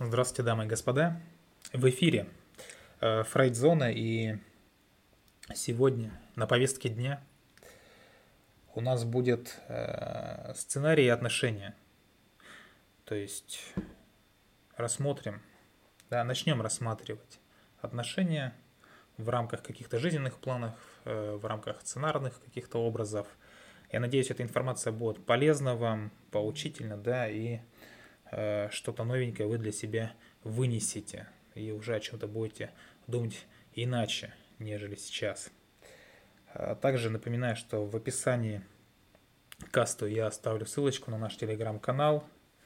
Здравствуйте, дамы и господа. В эфире Фрейд-зона, и сегодня на повестке дня у нас будет сценарий и отношения. То есть рассмотрим, да, начнем рассматривать отношения в рамках каких-то жизненных планов, в рамках сценарных каких-то образов. Я надеюсь, эта информация будет полезна вам, поучительна, да, и что-то новенькое вы для себя вынесете и уже о чем-то будете думать иначе, нежели сейчас. Также напоминаю, что в описании к касту я оставлю ссылочку на наш телеграм-канал.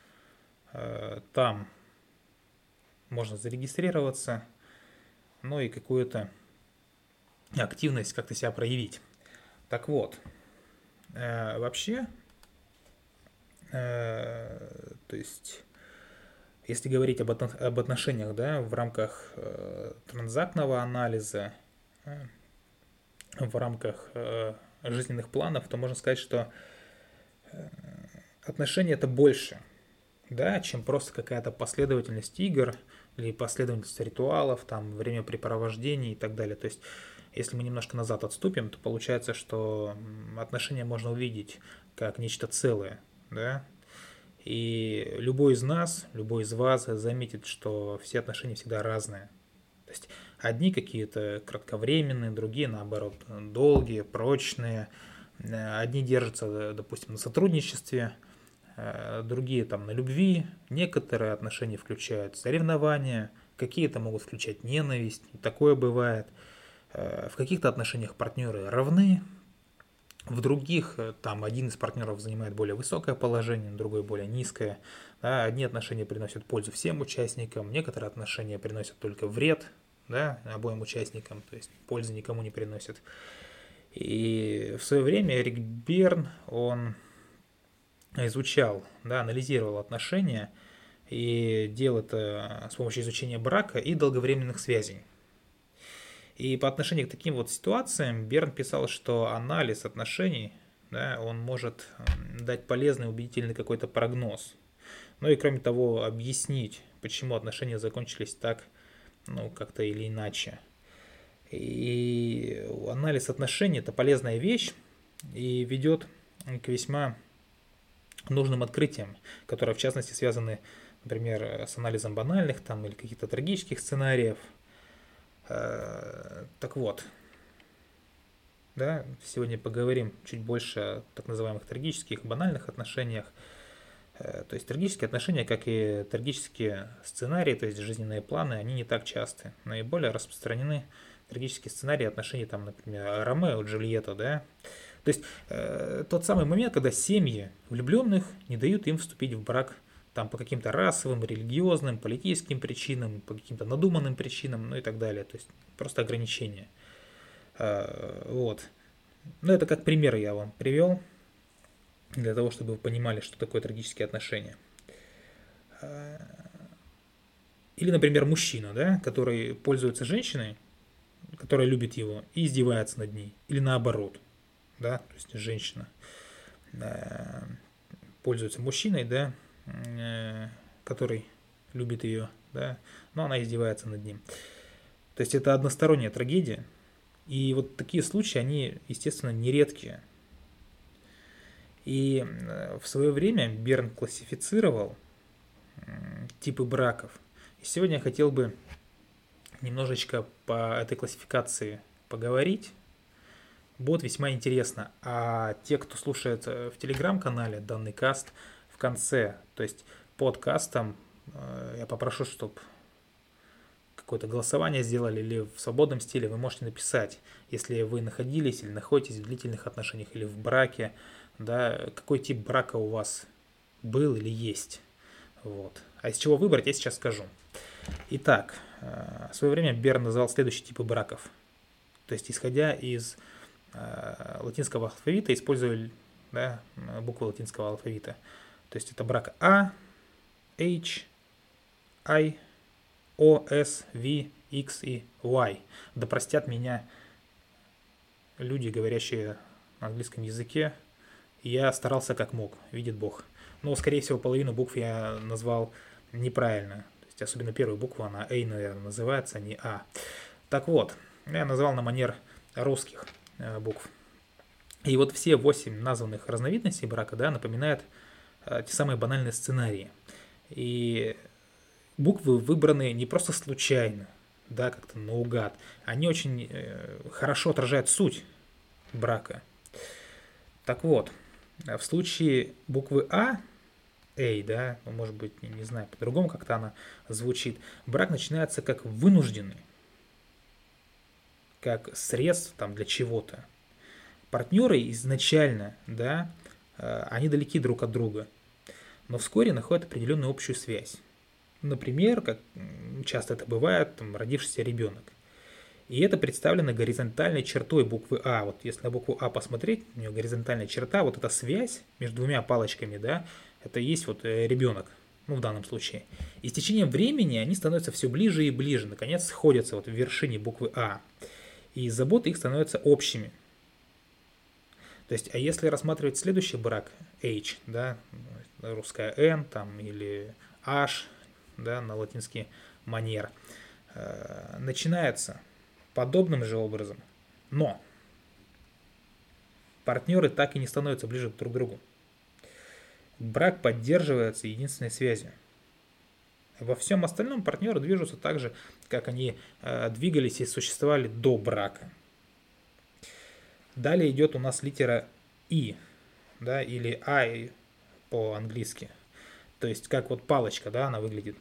Там можно зарегистрироваться, ну и какую-то активность как-то себя проявить. Так вот, вообще, то есть, если говорить об отношениях, да, в рамках транзактного анализа, в рамках жизненных планов, то можно сказать, что отношения это больше, да, чем просто какая-то последовательность игр или последовательность ритуалов, там, времяпрепровождений и так далее. То есть, если мы немножко назад отступим, то получается, что отношения можно увидеть как нечто целое, да, и любой из нас, любой из вас заметит, что все отношения всегда разные. То есть одни какие-то кратковременные, другие, наоборот, долгие, прочные. Одни держатся, допустим, на сотрудничестве, другие там на любви. Некоторые отношения включают соревнования, какие-то могут включать ненависть. Такое бывает. В каких-то отношениях партнеры равны, в других там один из партнеров занимает более высокое положение, другой более низкое. Да, одни отношения приносят пользу всем участникам, некоторые отношения приносят только вред, да, обоим участникам, то есть пользы никому не приносят. И в свое время Эрик Берн, он изучал, да, анализировал отношения и делал это с помощью изучения брака и долговременных связей. И по отношению к таким вот ситуациям Берн писал, что анализ отношений, да, он может дать полезный, убедительный какой-то прогноз. Ну и кроме того, объяснить, почему отношения закончились так, ну, как-то или иначе. И анализ отношений – это полезная вещь и ведет к весьма нужным открытиям, которые в частности связаны, например, с анализом банальных там, или каких-то трагических сценариев. Так вот, да, сегодня поговорим чуть больше о так называемых трагических, банальных отношениях. То есть трагические отношения, как и трагические сценарии, то есть жизненные планы, они не так часты. Наиболее распространены трагические сценарии отношений, там, например, Ромео и Джульетта, да. То есть тот самый момент, когда семьи влюбленных не дают им вступить в брак там по каким-то расовым, религиозным, политическим причинам, по каким-то надуманным причинам, ну и так далее. То есть просто ограничения. Вот. Ну, это как пример я вам привел, для того, чтобы вы понимали, что такое трагические отношения. Или, например, мужчина, да, который пользуется женщиной, которая любит его, и издевается над ней. Или наоборот, да, то есть женщина пользуется мужчиной, да, который любит ее, да, но она издевается над ним. То есть это односторонняя трагедия. И вот такие случаи, они, естественно, нередкие. И в свое время Берн классифицировал типы браков. И сегодня я хотел бы немножечко по этой классификации поговорить. Будет весьма интересно. А те, кто слушает в телеграм-канале данный каст, в конце, то есть под кастом, я попрошу, чтобы какое-то голосование сделали или в свободном стиле, вы можете написать, если вы находились или находитесь в длительных отношениях или в браке, да, какой тип брака у вас был или есть. Вот. А из чего выбрать, я сейчас скажу. Итак, в свое время Берн назвал следующие типы браков. То есть, исходя из латинского алфавита, используя, да, буквы латинского алфавита. То есть, это брак А, H, I, O, S, V, X и Y. Да простят меня люди, говорящие на английском языке. Я старался как мог, видит Бог. Но, скорее всего, половину букв я назвал неправильно. особенно первая буква, она A, наверное, называется, а не А. Так вот, я назвал на манер русских букв. И вот все 8 названных разновидностей брака, да, напоминают те самые банальные сценарии. И буквы выбраны не просто случайно, да, как-то наугад. Они очень хорошо отражают суть брака. Так вот, в случае буквы А, да, ну, может быть, не знаю, по-другому как-то она звучит, брак начинается как вынужденный, как средство там для чего-то. Партнеры изначально, да, они далеки друг от друга, но вскоре находят определенную общую связь. Например, как часто это бывает, там, родившийся ребенок. И это представлено горизонтальной чертой буквы А. Вот если на букву А посмотреть, у нее горизонтальная черта, вот эта связь между двумя палочками, да, это и есть вот ребенок, ну в данном случае. И с течением времени они становятся все ближе и ближе, наконец сходятся вот в вершине буквы А. И заботы их становятся общими. То есть, а если рассматривать следующий брак, H, да, русская N там, или H, да, на латинский манер, начинается подобным же образом, но партнеры так и не становятся ближе друг к другу. Брак поддерживается единственной связью. Во всем остальном партнеры движутся так же, как они двигались и существовали до брака. Далее идет у нас литера И, да, или I по-английски. То есть как вот палочка, да, она выглядит.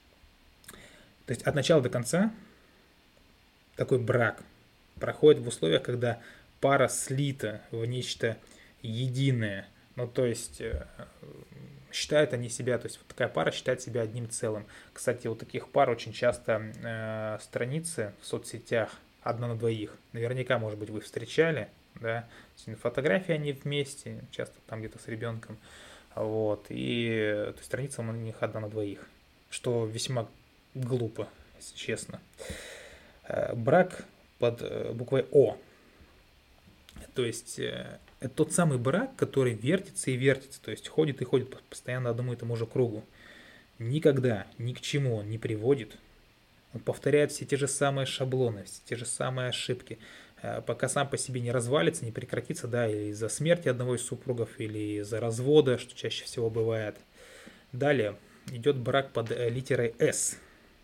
То есть от начала до конца такой брак проходит в условиях, когда пара слита в нечто единое. Ну, то есть считают они себя, то есть вот такая пара считает себя одним целым. Кстати, у таких пар очень часто страницы в соцсетях одна на двоих. Наверняка, может быть, вы встречали, да, фотографии они вместе, часто там где-то с ребенком, вот, и то есть, страница у них одна на двоих, что весьма глупо, если честно. Брак под буквой О, то есть это тот самый брак, который вертится и вертится, то есть ходит и ходит постоянно одному и тому же кругу. Никогда ни к чему он не приводит. Он повторяет все те же самые шаблоны, все те же самые ошибки, пока сам по себе не развалится, не прекратится, да, или из-за смерти одного из супругов, или из-за развода, что чаще всего бывает. Далее идет брак под литерой С.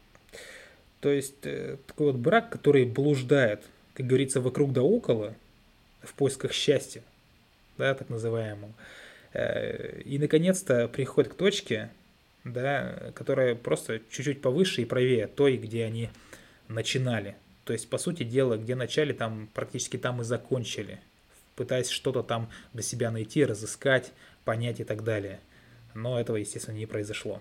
То есть такой вот брак, который блуждает, как говорится, вокруг да около, в поисках счастья, да, так называемому. И наконец-то приходит к точке, да, которая просто чуть-чуть повыше и правее той, где они начинали. То есть, по сути дела, где начали, там практически там и закончили, пытаясь что-то там для себя найти, разыскать, понять и так далее. Но этого, естественно, не произошло.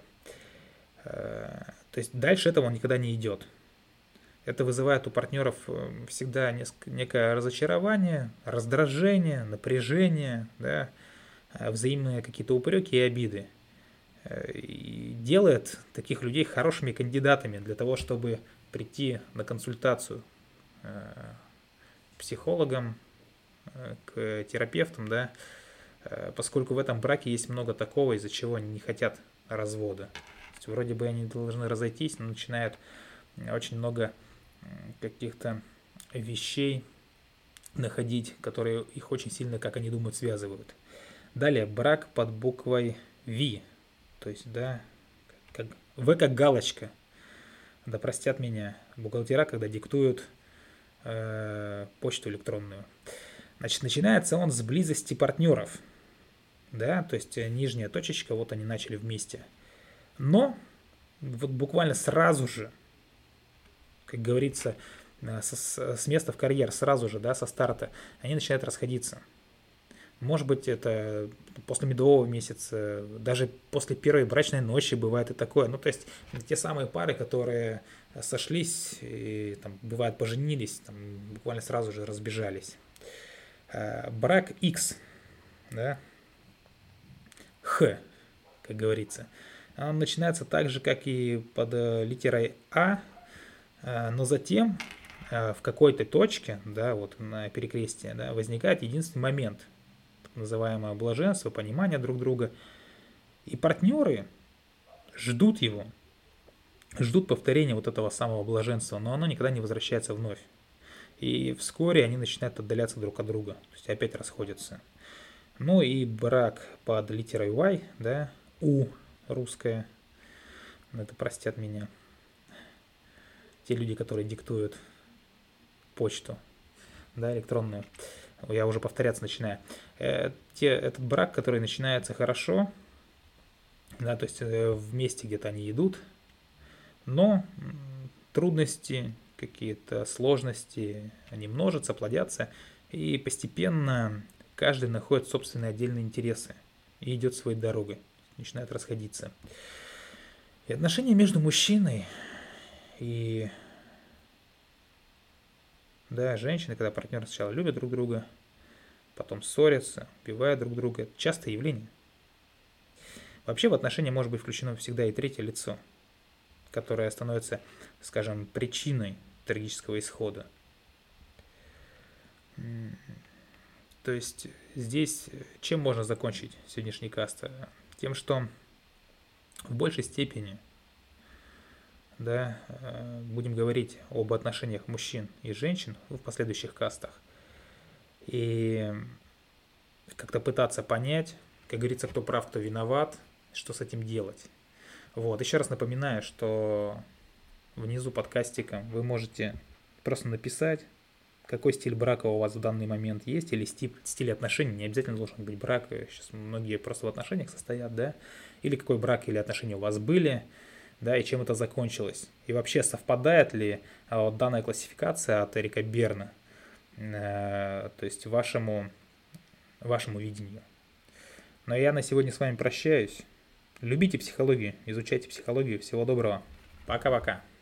То есть дальше этого никогда не идет. Это вызывает у партнеров всегда некое разочарование, раздражение, напряжение, да, взаимные какие-то упреки и обиды. И делает таких людей хорошими кандидатами для того, чтобы прийти на консультацию к психологам, к терапевтам, да, поскольку в этом браке есть много такого, из-за чего они не хотят развода. То есть вроде бы они должны разойтись, но начинают очень много каких-то вещей находить, которые их очень сильно, как они думают, связывают. Далее брак под буквой V, то есть, да, как, В как галочка. Да простят меня бухгалтера, когда диктуют почту электронную. Значит, начинается он с близости партнеров, да, то есть нижняя точечка, вот они начали вместе. Но вот буквально сразу же, как говорится, с места в карьер, сразу же, да, со старта, они начинают расходиться. Может быть, это после медового месяца, даже после первой брачной ночи бывает и такое. Ну, то есть, те самые пары, которые сошлись и, там, бывает, поженились, там, буквально сразу же разбежались. Брак X, да, Х, как говорится, он начинается так же, как и под литерой А, но затем в какой-то точке, да, вот на перекрестии, да, возникает единственный момент, так называемое блаженство, понимание друг друга, и партнеры ждут его. ждут повторения вот этого самого блаженства, но оно никогда не возвращается вновь. И вскоре они начинают отдаляться друг от друга, то есть опять расходятся. Ну и брак под литерой Y, да, У русская, это простят меня те люди, которые диктуют почту, да, электронную. Я уже повторяться начинаю. Этот брак, который начинается хорошо, да, то есть вместе где-то они идут, но трудности, какие-то сложности, они множатся, плодятся, и постепенно каждый находит собственные отдельные интересы и идет своей дорогой, начинает расходиться. И отношения между мужчиной и да, женщины, когда партнеры сначала любят друг друга, потом ссорятся, убивают друг друга, это частое явление. Вообще в отношения может быть включено всегда и третье лицо, которое становится, скажем, причиной трагического исхода. То есть здесь чем можно закончить сегодняшний каст? Тем, что в большей степени, да, будем говорить об отношениях мужчин и женщин в последующих кастах. И как-то пытаться понять, как говорится, кто прав, кто виноват, что с этим делать. Вот, еще раз напоминаю, что внизу под кастиком вы можете просто написать, какой стиль брака у вас в данный момент есть, или стиль отношений, не обязательно должен быть брак, сейчас многие просто в отношениях состоят, да, или какой брак или отношения у вас были, да, и чем это закончилось. И вообще совпадает ли данная классификация от Эрика Берна, то есть вашему видению. Но я на сегодня с вами прощаюсь. Любите психологию, изучайте психологию. Всего доброго. Пока-пока.